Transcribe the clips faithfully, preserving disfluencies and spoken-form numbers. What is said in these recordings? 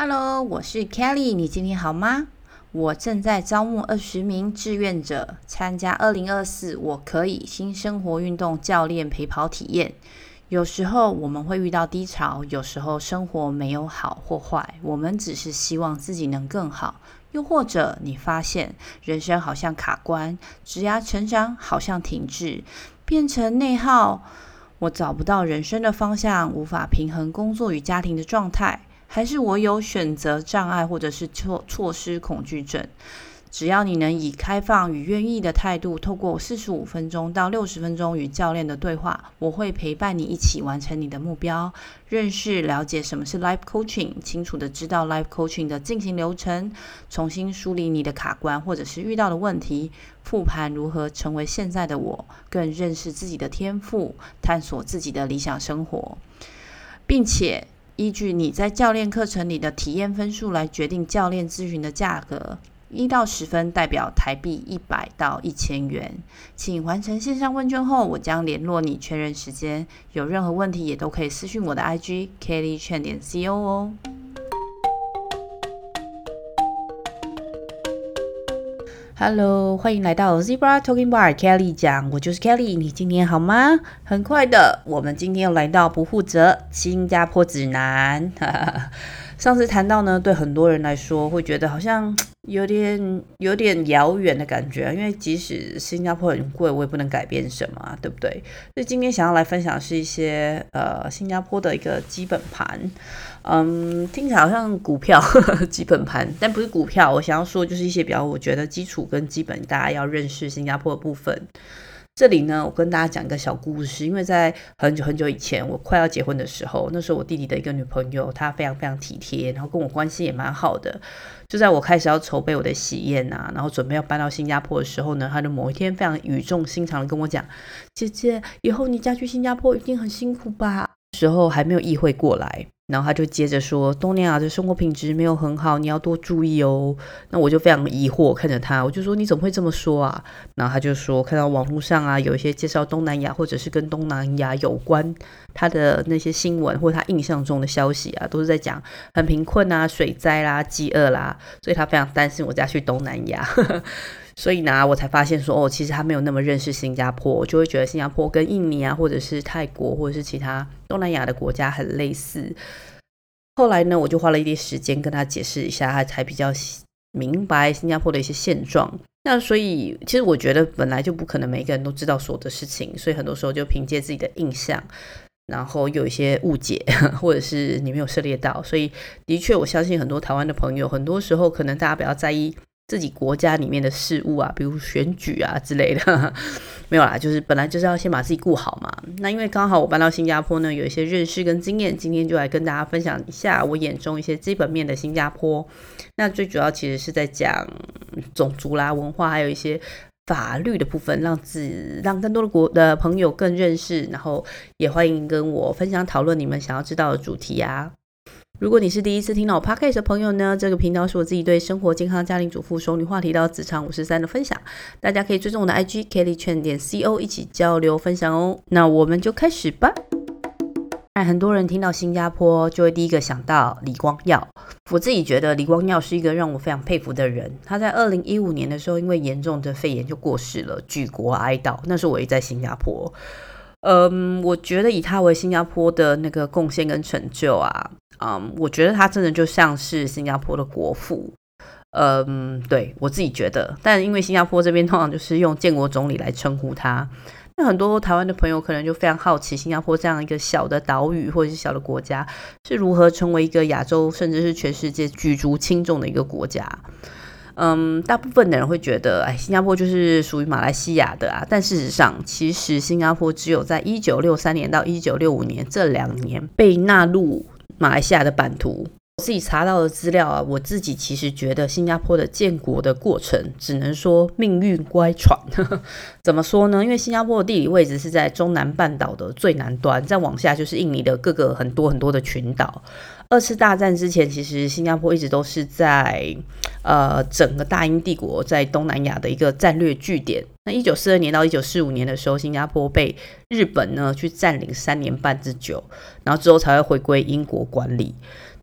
Hello，我是 Kelly， 你今天好吗？我正在招募二十名志愿者参加二零二四我可以新生活运动教练陪跑体验。有时候我们会遇到低潮，有时候生活没有好或坏，我们只是希望自己能更好。又或者你发现人生好像卡关，职涯成长好像停滞，变成内耗，我找不到人生的方向，无法平衡工作与家庭的状态，还是我有选择障碍或者是错错失恐惧症。只要你能以开放与愿意的态度，透过四十五分钟到六十分钟与教练的对话，我会陪伴你一起完成你的目标，认识了解什么是 Life Coaching， 清楚的知道 Life Coaching 的进行流程，重新梳理你的卡关或者是遇到的问题，复盘如何成为现在的我，更认识自己的天赋，探索自己的理想生活，并且依据你在教练课程里的体验分数来决定教练咨询的价格，一到十分代表台币一百到一千元。请完成线上问卷后，我将联络你确认时间。有任何问题也都可以私讯我的 I G kelly chen 点 co 哦。Hello， 欢迎来到 Zebra Talking Bar， Kelly 讲，我就是 Kelly， 你今天好吗？很快的，我们今天又来到不负责新加坡指南。上次谈到呢，对很多人来说会觉得好像有点有点遥远的感觉，因为即使新加坡很贵，我也不能改变什么、啊、对不对？所以今天想要来分享的是一些呃新加坡的一个基本盘，嗯，听起来好像股票呵呵基本盘，但不是股票。我想要说就是一些比较我觉得基础跟基本大家要认识新加坡的部分。这里呢，我跟大家讲一个小故事，因为在很久很久以前，我快要结婚的时候，那时候我弟弟的一个女朋友，她非常非常体贴，然后跟我关系也蛮好的。就在我开始要筹备我的喜宴啊，然后准备要搬到新加坡的时候呢，她就某一天非常语重心长的跟我讲：“姐姐，以后你嫁去新加坡一定很辛苦吧？”时候还没有意会过来，然后他就接着说，东南亚的生活品质没有很好，你要多注意哦。那我就非常疑惑看着他，我就说你怎么会这么说啊？然后他就说看到网络上啊有一些介绍东南亚或者是跟东南亚有关他的那些新闻或者他印象中的消息啊，都是在讲很贫困啊、水灾啦、饥饿啦，所以他非常担心我嫁去东南亚。所以呢，我才发现说，哦，其实他没有那么认识新加坡，我就会觉得新加坡跟印尼啊，或者是泰国，或者是其他东南亚的国家很类似。后来呢，我就花了一点时间跟他解释一下，他才比较明白新加坡的一些现状。那所以，其实我觉得本来就不可能每个人都知道所有的事情，所以很多时候就凭借自己的印象，然后有一些误解，或者是你没有涉猎到。所以，的确，我相信很多台湾的朋友，很多时候可能大家比较在意自己国家里面的事物啊，比如选举啊之类的，没有啦，就是本来就是要先把自己顾好嘛。那因为刚好我搬到新加坡呢，有一些认识跟经验，今天就来跟大家分享一下我眼中一些基本面的新加坡。那最主要其实是在讲种族啦、文化，还有一些法律的部分，让自让更多的国的朋友更认识，然后也欢迎跟我分享讨论你们想要知道的主题啊。如果你是第一次听到我 Podcast 的朋友呢，这个频道是我自己对生活、健康、家庭主妇、熟女话题到职场五十三的分享，大家可以追踪我的 I G kelly chen 点 co 一起交流分享哦。那我们就开始吧。很多人听到新加坡就会第一个想到李光耀，我自己觉得李光耀是一个让我非常佩服的人。他在二零一五年的时候因为严重的肺炎就过世了，举国哀悼。那时候我也在新加坡，嗯，我觉得以他为新加坡的那个贡献跟成就啊，嗯，我觉得他真的就像是新加坡的国父。嗯，对，我自己觉得。但因为新加坡这边通常就是用建国总理来称呼他，那很多台湾的朋友可能就非常好奇，新加坡这样一个小的岛屿或者是小的国家是如何成为一个亚洲甚至是全世界举足轻重的一个国家。嗯，大部分的人会觉得，哎，新加坡就是属于马来西亚的啊。但事实上，其实新加坡只有在一九六三年到一九六五年这两年被纳入马来西亚的版图。我自己查到的资料啊，我自己其实觉得新加坡的建国的过程只能说命运乖舛。怎么说呢？因为新加坡的地理位置是在中南半岛的最南端，再往下就是印尼的各个很多很多的群岛。二次大战之前，其实新加坡一直都是在呃整个大英帝国在东南亚的一个战略据点。那一九四二年到一九四五年的时候，新加坡被日本呢去占领三年半之久，然后之后才会回归英国管理。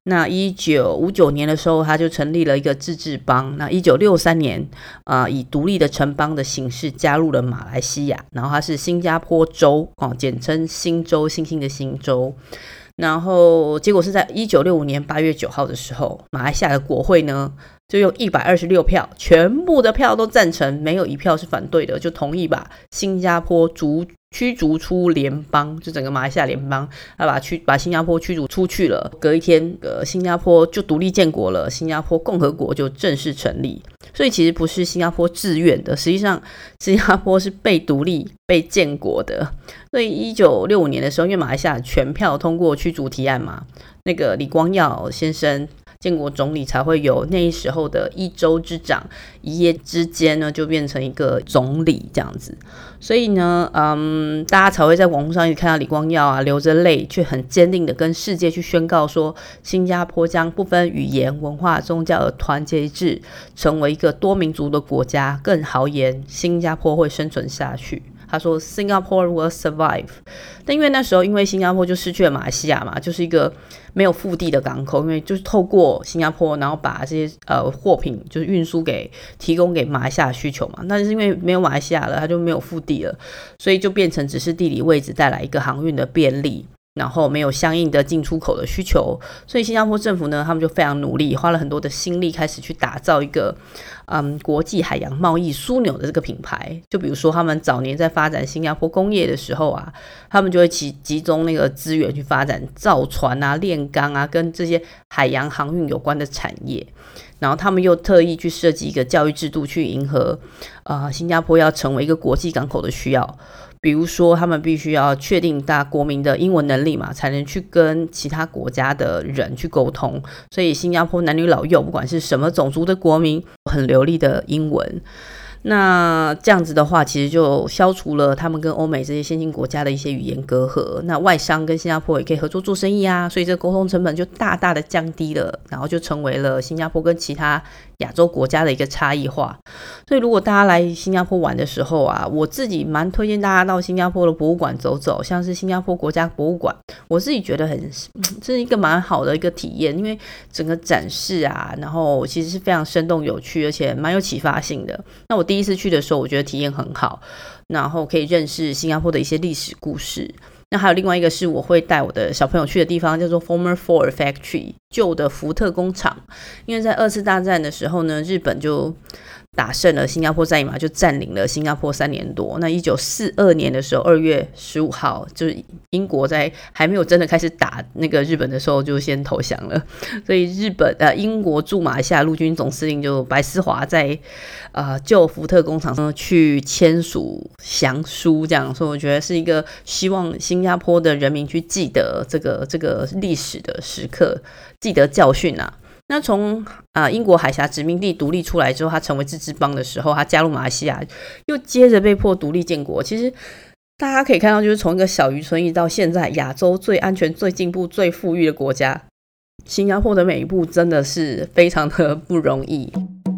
那一九五九年的时候，他就成立了一个自治邦。那一九六三年，呃，以独立的城邦的形式加入了马来西亚，然后它是新加坡州，哦，简称新州，星星的新州。然后结果是在一九六五年八月九号的时候，马来西亚的国会呢，就用一百二十六票，全部的票都赞成，没有一票是反对的，就同意把新加坡逐驱逐出联邦，就整个马来西亚联邦，他把驱把新加坡驱逐出去了。隔一天，呃，新加坡就独立建国了，新加坡共和国就正式成立。所以其实不是新加坡自愿的，实际上新加坡是被独立、被建国的。所以一九六五年的时候，因为马来西亚全票通过驱逐提案嘛，那个李光耀先生。建国总理才会有那时候的一州之长，一夜之间呢就变成一个总理这样子，所以呢，嗯，大家才会在网络上一直看到李光耀啊流着泪，却很坚定的跟世界去宣告说，新加坡将不分语言、文化、宗教而团结一致，成为一个多民族的国家。更豪言，新加坡会生存下去。他说 Singapore will survive。 但因为那时候因为新加坡就失去了马来西亚嘛，就是一个没有腹地的港口，因为就是透过新加坡然后把这些呃货品就是运输给提供给马来西亚的需求嘛，但是因为没有马来西亚了，它就没有腹地了，所以就变成只是地理位置带来一个航运的便利，然后没有相应的进出口的需求。所以新加坡政府呢，他们就非常努力，花了很多的心力，开始去打造一个嗯国际海洋贸易枢纽的这个品牌。就比如说他们早年在发展新加坡工业的时候啊，他们就会集集中那个资源去发展造船啊、炼钢啊，跟这些海洋航运有关的产业。然后他们又特意去设计一个教育制度，去迎合呃新加坡要成为一个国际港口的需要。比如说他们必须要确定大国民的英文能力嘛，才能去跟其他国家的人去沟通。所以新加坡男女老幼不管是什么种族的国民，很流利的英文。那这样子的话，其实就消除了他们跟欧美这些先进国家的一些语言隔阂。那外商跟新加坡也可以合作做生意啊，所以这个沟通成本就大大的降低了，然后就成为了新加坡跟其他亚洲国家的一个差异化。所以如果大家来新加坡玩的时候啊，我自己蛮推荐大家到新加坡的博物馆走走，像是新加坡国家博物馆，我自己觉得很这是一个蛮好的一个体验，因为整个展示啊，然后其实是非常生动有趣，而且蛮有启发性的。那我第一次去的时候，我觉得体验很好，然后可以认识新加坡的一些历史故事。那还有另外一个是我会带我的小朋友去的地方，叫做 Former Ford Factory， 旧的福特工厂。因为在二次大战的时候呢，日本就打胜了新加坡战役嘛，就占领了新加坡三年多。那一九四二年的时候，二月十五号，就是英国在还没有真的开始打那个日本的时候，就先投降了。所以日本呃英国驻马来西亚陆军总司令就白思华在呃旧福特工厂上去签署降书，这样。所以我觉得是一个希望新加坡的人民去记得这个这个历史的时刻，记得教训啊。那从、呃、英国海峡殖民地独立出来之后，他成为自治邦的时候，他加入马来西亚，又接着被迫独立建国。其实大家可以看到，就是从一个小渔村一直到现在亚洲最安全、最进步、最富裕的国家，新加坡的每一步真的是非常的不容易。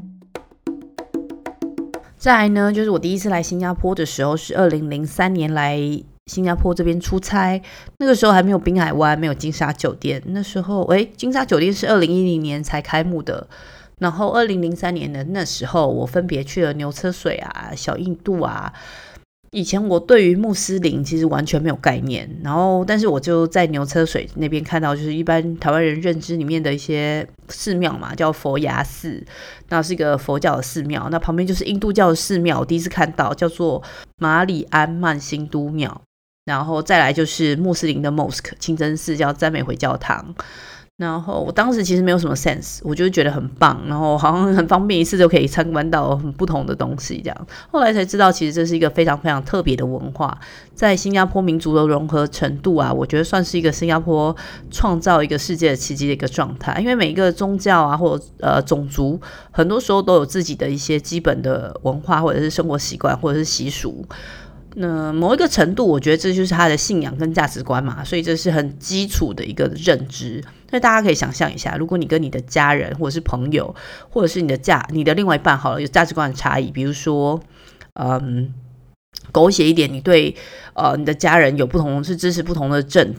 再来呢，就是我第一次来新加坡的时候是二零零三年来新加坡这边出差，那个时候还没有滨海湾，没有金沙酒店。那时候诶金沙酒店是二零一零年才开幕的，然后二零零三年的那时候我分别去了牛车水啊、小印度啊。以前我对于穆斯林其实完全没有概念，然后但是我就在牛车水那边看到，就是一般台湾人认知里面的一些寺庙嘛，叫佛牙寺，那是一个佛教的寺庙。那旁边就是印度教的寺庙，我第一次看到叫做马里安曼辛都庙，然后再来就是穆斯林的 mosque 清真寺，叫赞美回教堂。然后我当时其实没有什么 sense， 我就觉得很棒，然后好像很方便，一次就可以参观到很不同的东西这样。后来才知道，其实这是一个非常非常特别的文化，在新加坡民族的融合程度啊，我觉得算是一个新加坡创造一个世界的奇迹的一个状态。因为每一个宗教啊，或者呃种族，很多时候都有自己的一些基本的文化，或者是生活习惯，或者是习俗。那某一个程度，我觉得这就是他的信仰跟价值观嘛，所以这是很基础的一个认知。所以大家可以想象一下，如果你跟你的家人或者是朋友，或者是你的价你的另外一半好了，有价值观的差异，比如说嗯狗血一点，你对呃你的家人有不同是支持不同的政党，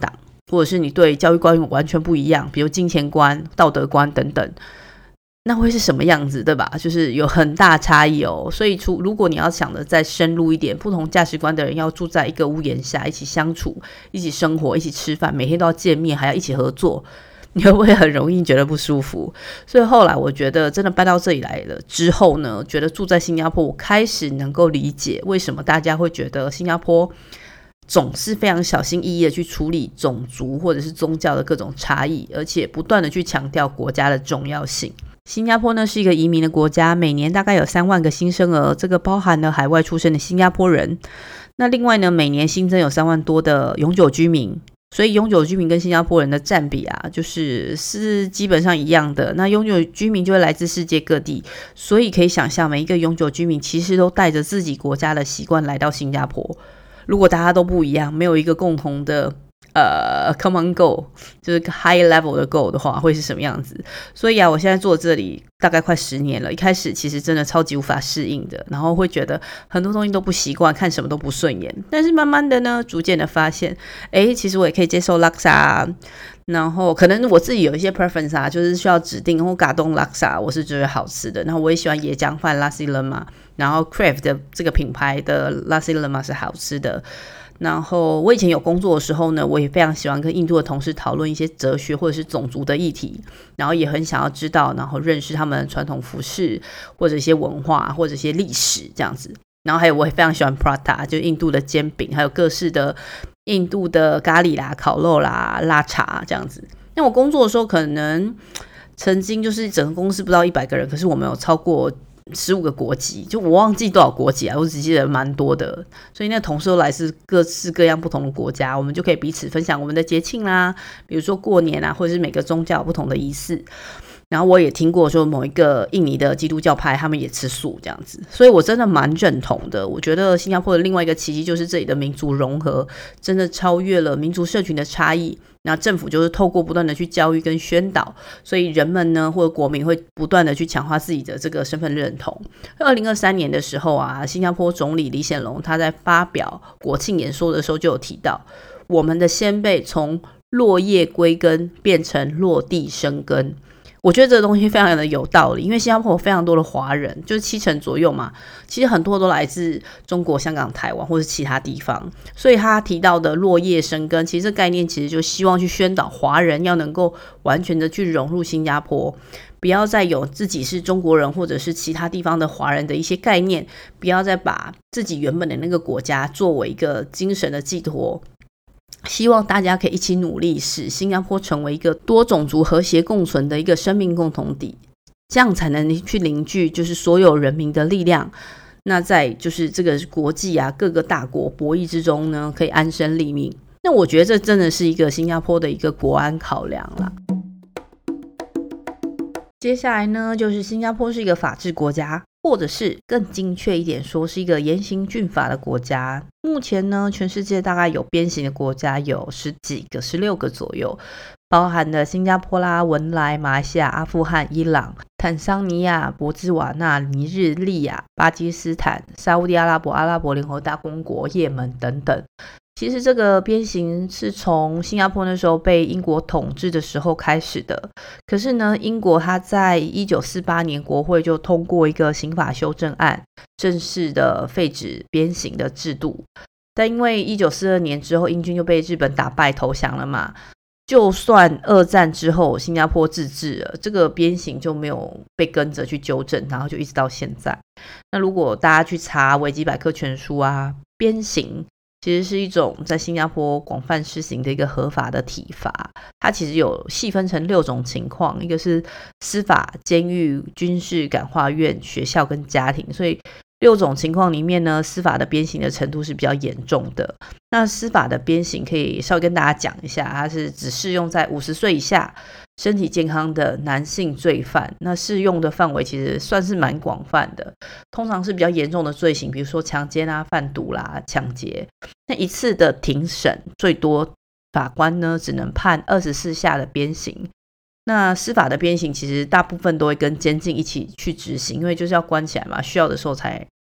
或者是你对教育观完全不一样，比如金钱观、道德观等等，那会是什么样子，对吧？就是有很大差异哦。所以除如果你要想的再深入一点，不同价值观的人要住在一个屋檐下，一起相处，一起生活，一起吃饭，每天都要见面，还要一起合作，你会不会很容易觉得不舒服？所以后来我觉得真的搬到这里来了之后呢，觉得住在新加坡，我开始能够理解为什么大家会觉得新加坡总是非常小心翼翼的去处理种族或者是宗教的各种差异，而且不断的去强调国家的重要性。新加坡呢是一个移民的国家，每年大概有三万个新生儿，这个包含了海外出生的新加坡人。那另外呢，每年新增有三万多的永久居民，所以永久居民跟新加坡人的占比啊，就是是基本上一样的。那永久居民就会来自世界各地，所以可以想象每一个永久居民其实都带着自己国家的习惯来到新加坡。如果大家都不一样，没有一个共同的呃 common goal， 就是 high level 的 goal 的话，会是什么样子？所以啊，我现在坐这里大概快十年了，一开始其实真的超级无法适应的，然后会觉得很多东西都不习惯，看什么都不顺眼。但是慢慢的呢，逐渐的发现，哎，其实我也可以接受 laksa， 然后可能我自己有一些 preference 啊，就是需要指定或嘎东 laksa， 我是觉得好吃的。然后我也喜欢椰浆饭 nasi lemak， 然后 Crave 的这个品牌的 nasi lemak 是好吃的。然后我以前有工作的时候呢，我也非常喜欢跟印度的同事讨论一些哲学或者是种族的议题，然后也很想要知道，然后认识他们传统服饰或者一些文化或者一些历史这样子。然后还有我也非常喜欢 prata， 就是印度的煎饼，还有各式的印度的咖喱啦、烤肉啦、辣茶这样子。那我工作的时候可能曾经就是整个公司不到一百个人，可是我们有超过十五个国籍，就我忘记多少国籍啊，我只记得蛮多的。所以那同事都来自各式各样不同的国家，我们就可以彼此分享我们的节庆啦，比如说过年啊，或者是每个宗教有不同的仪式。然后我也听过说某一个印尼的基督教派他们也吃素这样子，所以我真的蛮认同的。我觉得新加坡的另外一个奇迹就是这里的民族融合真的超越了民族社群的差异，那政府就是透过不断的去教育跟宣导，所以人们呢或者国民会不断的去强化自己的这个身份认同。二零二三年的时候啊，新加坡总理李显龙他在发表国庆演说的时候就有提到，我们的先辈从落叶归根变成落地生根。我觉得这个东西非常的有道理，因为新加坡有非常多的华人，就是七成左右嘛，其实很多都来自中国、香港、台湾或是其他地方，所以他提到的落叶生根，其实这概念其实就希望去宣导华人要能够完全的去融入新加坡，不要再有自己是中国人或者是其他地方的华人的一些概念，不要再把自己原本的那个国家作为一个精神的寄托。希望大家可以一起努力，使新加坡成为一个多种族和谐共存的一个生命共同体，这样才能去凝聚就是所有人民的力量。那在就是这个国际啊各个大国博弈之中呢，可以安身立命。那我觉得这真的是一个新加坡的一个国安考量啦。接下来呢，就是新加坡是一个法治国家，或者是更精确一点说是一个严刑峻法的国家。目前呢，全世界大概有鞭刑的国家有十几个十六个左右，包含了新加坡啦、文莱、马来西亚、阿富汗、伊朗、坦桑尼亚、博兹瓦纳、尼日利亚、巴基斯坦、沙烏地阿拉伯、阿拉伯联合大公国、也门等等。其实这个鞭刑是从新加坡那时候被英国统治的时候开始的，可是呢，英国它在一九四八年国会就通过一个刑法修正案，正式的废止鞭刑的制度。但因为一九四二年之后英军就被日本打败投降了嘛，就算二战之后新加坡自治了，这个鞭刑就没有被跟着去纠正，然后就一直到现在。那如果大家去查维基百科全书啊，鞭刑其实是一种在新加坡广泛施行的一个合法的体罚，它其实有细分成六种情况，一个是司法、监狱、军事感化院、学校跟家庭，所以六种情况里面呢，司法的鞭刑的程度是比较严重的。那司法的鞭刑可以稍微跟大家讲一下，它是只适用在五十岁以下身体健康的男性罪犯，那适用的范围其实算是蛮广泛的，通常是比较严重的罪行，比如说强奸啊、贩毒啦、抢劫。那一次的庭审最多法官呢只能判二十四下的鞭刑。那司法的鞭刑其实大部分都会跟监禁一起去执行，因为就是要关起来嘛，需要的时候才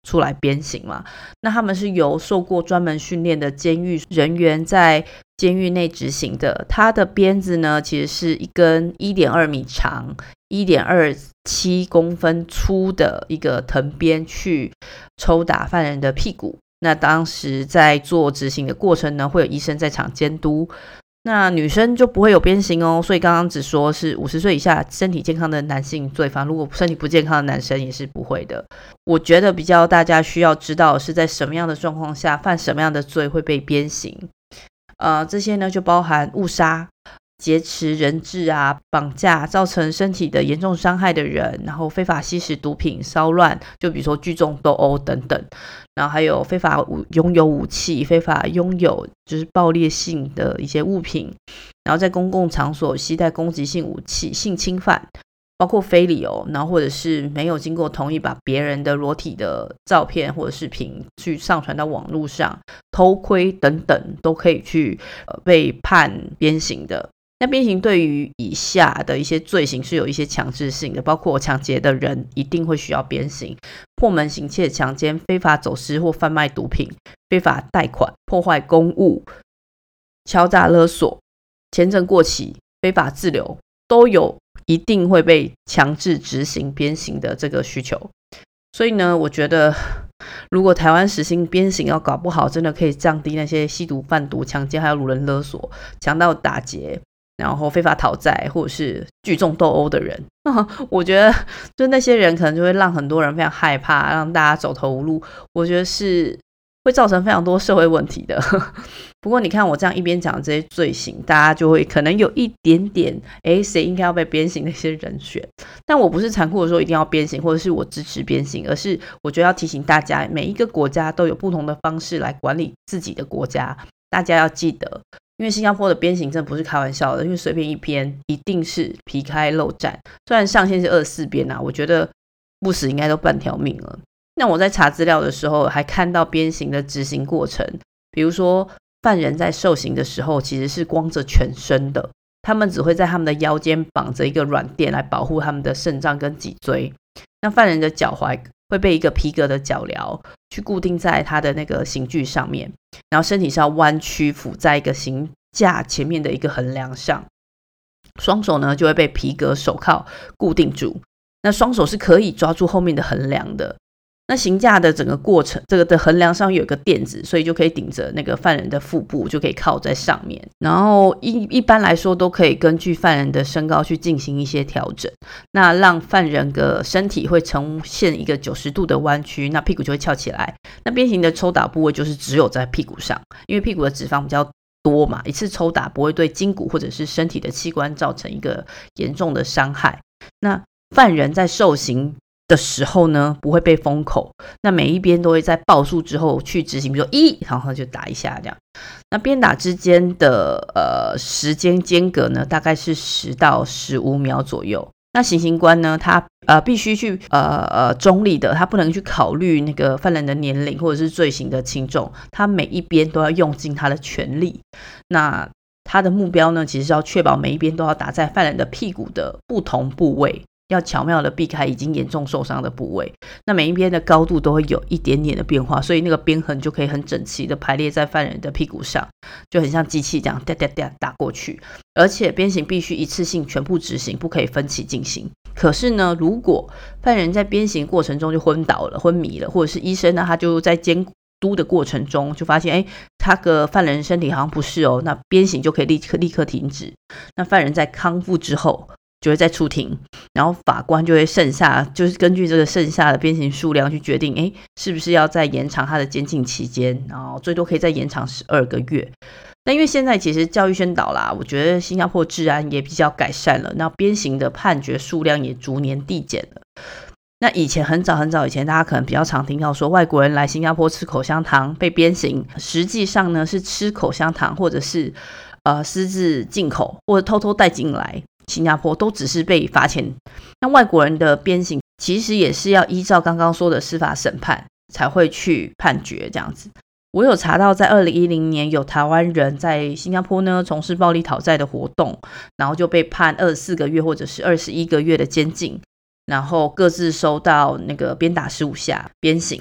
出来鞭刑嘛。那他们是由受过专门训练的监狱人员在监狱内执行的。它的鞭子呢，其实是一根 一点二米长 一点二七公分粗的一个藤鞭去抽打犯人的屁股。那当时在做执行的过程呢，会有医生在场监督。那女生就不会有鞭刑哦，所以刚刚只说是五十岁以下身体健康的男性罪犯，如果身体不健康的男生也是不会的。我觉得比较大家需要知道的是在什么样的状况下犯什么样的罪会被鞭刑。呃，这些呢就包含误杀、劫持人质啊、绑架造成身体的严重伤害的人，然后非法吸食毒品、骚乱，就比如说聚众斗殴等等，然后还有非法拥有武器、非法拥有就是爆裂性的一些物品，然后在公共场所携带攻击性武器、性侵犯，包括非礼哦，然后或者是没有经过同意把别人的裸体的照片或者视频去上传到网络上、偷窥等等，都可以去、呃、被判鞭刑的。那鞭刑对于以下的一些罪行是有一些强制性的，包括抢劫的人一定会需要鞭刑，破门行窃、强奸、非法走私或贩卖毒品、非法贷款、破坏公物、敲诈勒索、签证过期、非法滞留，都有一定会被强制执行鞭刑的这个需求。所以呢，我觉得如果台湾实行鞭刑，要搞不好真的可以降低那些吸毒、贩毒、强奸还有掳人勒索、强盗打劫，然后非法讨债或者是聚众斗殴的人我觉得就那些人可能就会让很多人非常害怕，让大家走投无路，我觉得是会造成非常多社会问题的不过你看我这样一边讲这些罪行，大家就会可能有一点点诶谁应该要被鞭刑的一些人选，但我不是残酷的说一定要鞭刑，或者是我支持鞭刑，而是我觉得要提醒大家，每一个国家都有不同的方式来管理自己的国家，大家要记得，因为新加坡的鞭刑真的不是开玩笑的，因为随便一鞭一定是皮开肉绽，虽然上限是二十四鞭啊，我觉得不死应该都半条命了。那我在查资料的时候还看到鞭刑的执行过程，比如说犯人在受刑的时候其实是光着全身的，他们只会在他们的腰间绑着一个软垫来保护他们的肾脏跟脊椎，那犯人的脚踝会被一个皮革的脚镣去固定在他的那个刑具上面，然后身体是要弯曲俯在一个刑架前面的一个横梁上，双手呢就会被皮革手铐固定住，那双手是可以抓住后面的横梁的。那刑架的整个过程，这个的横梁上有一个垫子，所以就可以顶着那个犯人的腹部，就可以靠在上面。然后一一般来说都可以根据犯人的身高去进行一些调整，那让犯人的身体会呈现一个九十度的弯曲，那屁股就会翘起来。那鞭刑的抽打部位就是只有在屁股上，因为屁股的脂肪比较多嘛，一次抽打不会对筋骨或者是身体的器官造成一个严重的伤害。那犯人在受刑的时候呢，不会被封口，那每一边都会在报数之后去执行，比如说一，然后就打一下这样。那鞭打之间的呃时间间隔呢，大概是十到十五秒左右。那行刑官呢，他呃必须去呃呃中立的，他不能去考虑那个犯人的年龄或者是罪行的轻重，他每一边都要用尽他的全力。那他的目标呢，其实是要确保每一边都要打在犯人的屁股的不同部位，要巧妙的避开已经严重受伤的部位，那每一边的高度都会有一点点的变化，所以那个鞭痕就可以很整齐的排列在犯人的屁股上，就很像机器这样哒哒哒打过去。而且鞭刑必须一次性全部执行，不可以分期进行。可是呢，如果犯人在鞭刑过程中就昏倒了、昏迷了，或者是医生呢他就在监督的过程中就发现哎，他的犯人身体好像不是哦，那鞭刑就可以立刻立刻停止。那犯人在康复之后就会再出庭，然后法官就会剩下，就是根据这个剩下的鞭刑数量去决定，诶，是不是要再延长他的监禁期间，然后最多可以再延长十二个月。那因为现在其实教育宣导啦，我觉得新加坡治安也比较改善了，那鞭刑的判决数量也逐年递减了。那以前很早很早以前，大家可能比较常听到说外国人来新加坡吃口香糖被鞭刑，实际上呢是吃口香糖或者是呃私自进口或者偷偷带进来新加坡都只是被罚钱。那外国人的鞭刑其实也是要依照刚刚说的司法审判才会去判决这样子。我有查到在二零一零年有台湾人在新加坡呢从事暴力讨债的活动，然后就被判二十四个月或者是二十一个月的监禁，然后各自收到那个鞭打十五下鞭刑。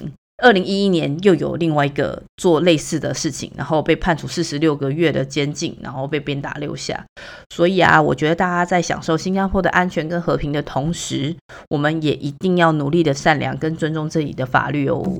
二零一一年又有另外一个做类似的事情，然后被判处四十六个月的监禁，然后被鞭打六下。所以啊，我觉得大家在享受新加坡的安全跟和平的同时，我们也一定要努力的善良跟尊重这里的法律哦。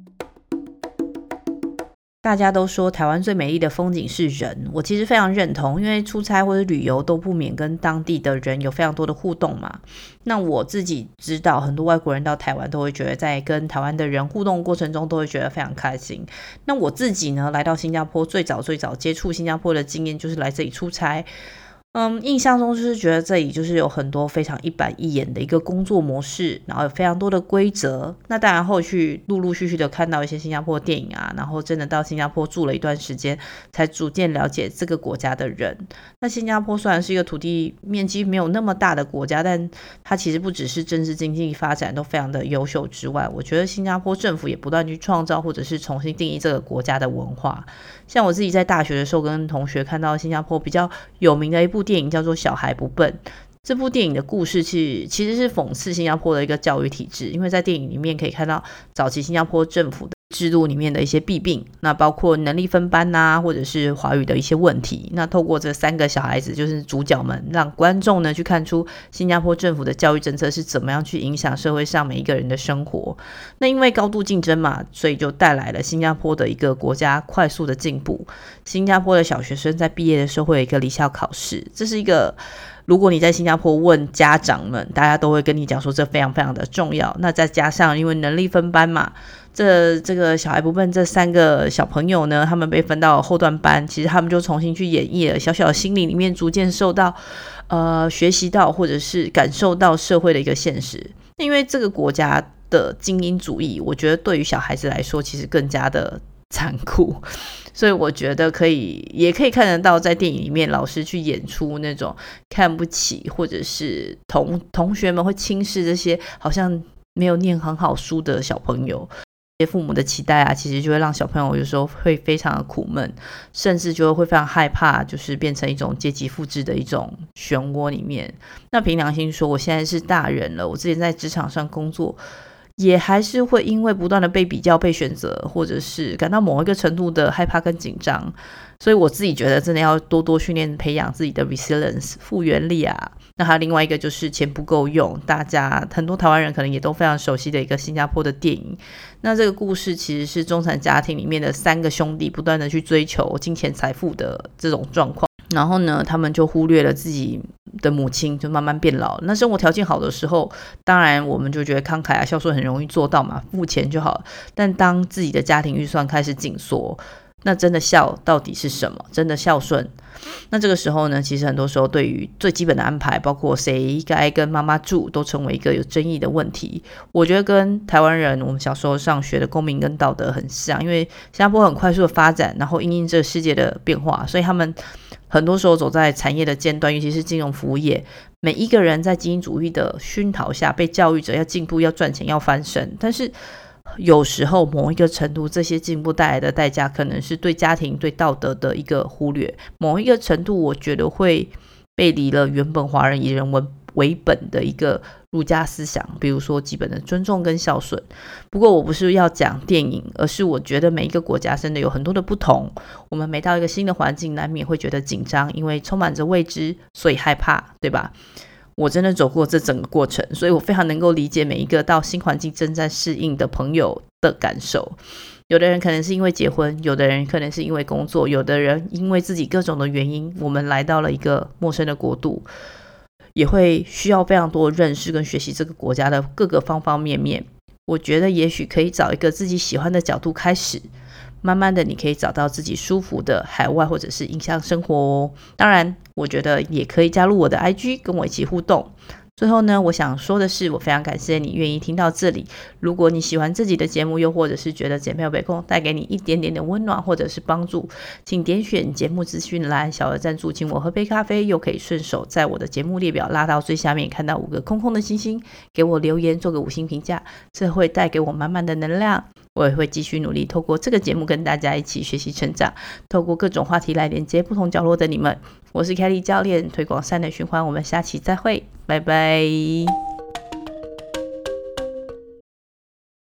大家都说台湾最美丽的风景是人，我其实非常认同，因为出差或者旅游都不免跟当地的人有非常多的互动嘛。那我自己知道很多外国人到台湾都会觉得在跟台湾的人互动过程中都会觉得非常开心。那我自己呢，来到新加坡最早最早接触新加坡的经验就是来这里出差。嗯，印象中就是觉得这里就是有很多非常一板一眼的一个工作模式，然后有非常多的规则。那当然后续陆陆续续的看到一些新加坡电影啊，然后真的到新加坡住了一段时间，才逐渐了解这个国家的人。那新加坡虽然是一个土地面积没有那么大的国家，但它其实不只是政治经济发展都非常的优秀之外，我觉得新加坡政府也不断去创造或者是重新定义这个国家的文化。像我自己在大学的时候跟同学看到新加坡比较有名的一部电影叫做《小孩不笨》，这部电影的故事其实是讽刺新加坡的一个教育体制，因为在电影里面可以看到早期新加坡政府的制度里面的一些弊病，那包括能力分班啊，或者是华语的一些问题。那透过这三个小孩子就是主角们，让观众呢去看出新加坡政府的教育政策是怎么样去影响社会上每一个人的生活。那因为高度竞争嘛，所以就带来了新加坡的一个国家快速的进步。新加坡的小学生在毕业的时候会有一个离校考试，这是一个如果你在新加坡问家长们，大家都会跟你讲说这非常非常的重要。那再加上因为能力分班嘛，这这个小孩不笨这三个小朋友呢，他们被分到后段班，其实他们就重新去演绎了小小的心灵里面逐渐受到呃学习到或者是感受到社会的一个现实。因为这个国家的精英主义，我觉得对于小孩子来说其实更加的残酷，所以我觉得可以也可以看得到在电影里面老师去演出那种看不起或者是同同学们会轻视这些好像没有念很好书的小朋友。父母的期待啊，其实就会让小朋友有时候会非常的苦闷，甚至就会非常害怕，就是变成一种阶级复制的一种漩涡里面。那凭良心说，我现在是大人了，我之前在职场上工作也还是会因为不断的被比较、被选择，或者是感到某一个程度的害怕跟紧张。所以我自己觉得真的要多多训练培养自己的 resilience 复原力啊。那还有另外一个就是钱不够用，大家很多台湾人可能也都非常熟悉的一个新加坡的电影。那这个故事其实是中产家庭里面的三个兄弟不断的去追求金钱财富的这种状况，然后呢他们就忽略了自己的母亲就慢慢变老。那生活条件好的时候，当然我们就觉得慷慨啊孝顺很容易做到嘛，付钱就好。但当自己的家庭预算开始紧缩，那真的孝到底是什么？真的孝顺？那这个时候呢，其实很多时候对于最基本的安排，包括谁该跟妈妈住，都成为一个有争议的问题。我觉得跟台湾人我们小时候上学的公民跟道德很像，因为新加坡很快速的发展，然后因应这个世界的变化，所以他们很多时候走在产业的尖端，尤其是金融服务业，每一个人在精英主义的熏陶下被教育着要进步、要赚钱、要翻身。但是有时候某一个程度，这些进步带来的代价可能是对家庭对道德的一个忽略，某一个程度我觉得会背离了原本华人以人为本的一个儒家思想，比如说基本的尊重跟孝顺。不过我不是要讲电影，而是我觉得每一个国家真的有很多的不同，我们每到一个新的环境难免会觉得紧张，因为充满着未知，所以害怕，对吧？我真的走过这整个过程，所以我非常能够理解每一个到新环境正在适应的朋友的感受。有的人可能是因为结婚，有的人可能是因为工作，有的人因为自己各种的原因，我们来到了一个陌生的国度，也会需要非常多的认识跟学习这个国家的各个方方面面。我觉得也许可以找一个自己喜欢的角度开始，慢慢的你可以找到自己舒服的海外或者是影像生活哦。当然我觉得也可以加入我的 I G 跟我一起互动。最后呢，我想说的是，我非常感谢你愿意听到这里。如果你喜欢自己的节目，又或者是觉得姐妹有北控带给你一点点的温暖或者是帮助，请点选节目资讯栏小额赞助，请我喝杯咖啡，又可以顺手在我的节目列表拉到最下面，看到五个空空的星星，给我留言做个五星评价，这会带给我满满的能量。我也会继续努力透过这个节目跟大家一起学习成长，透过各种话题来连接不同角落的你们。我是 Kelly 教练，推广善的循环，我们下期再会，拜拜。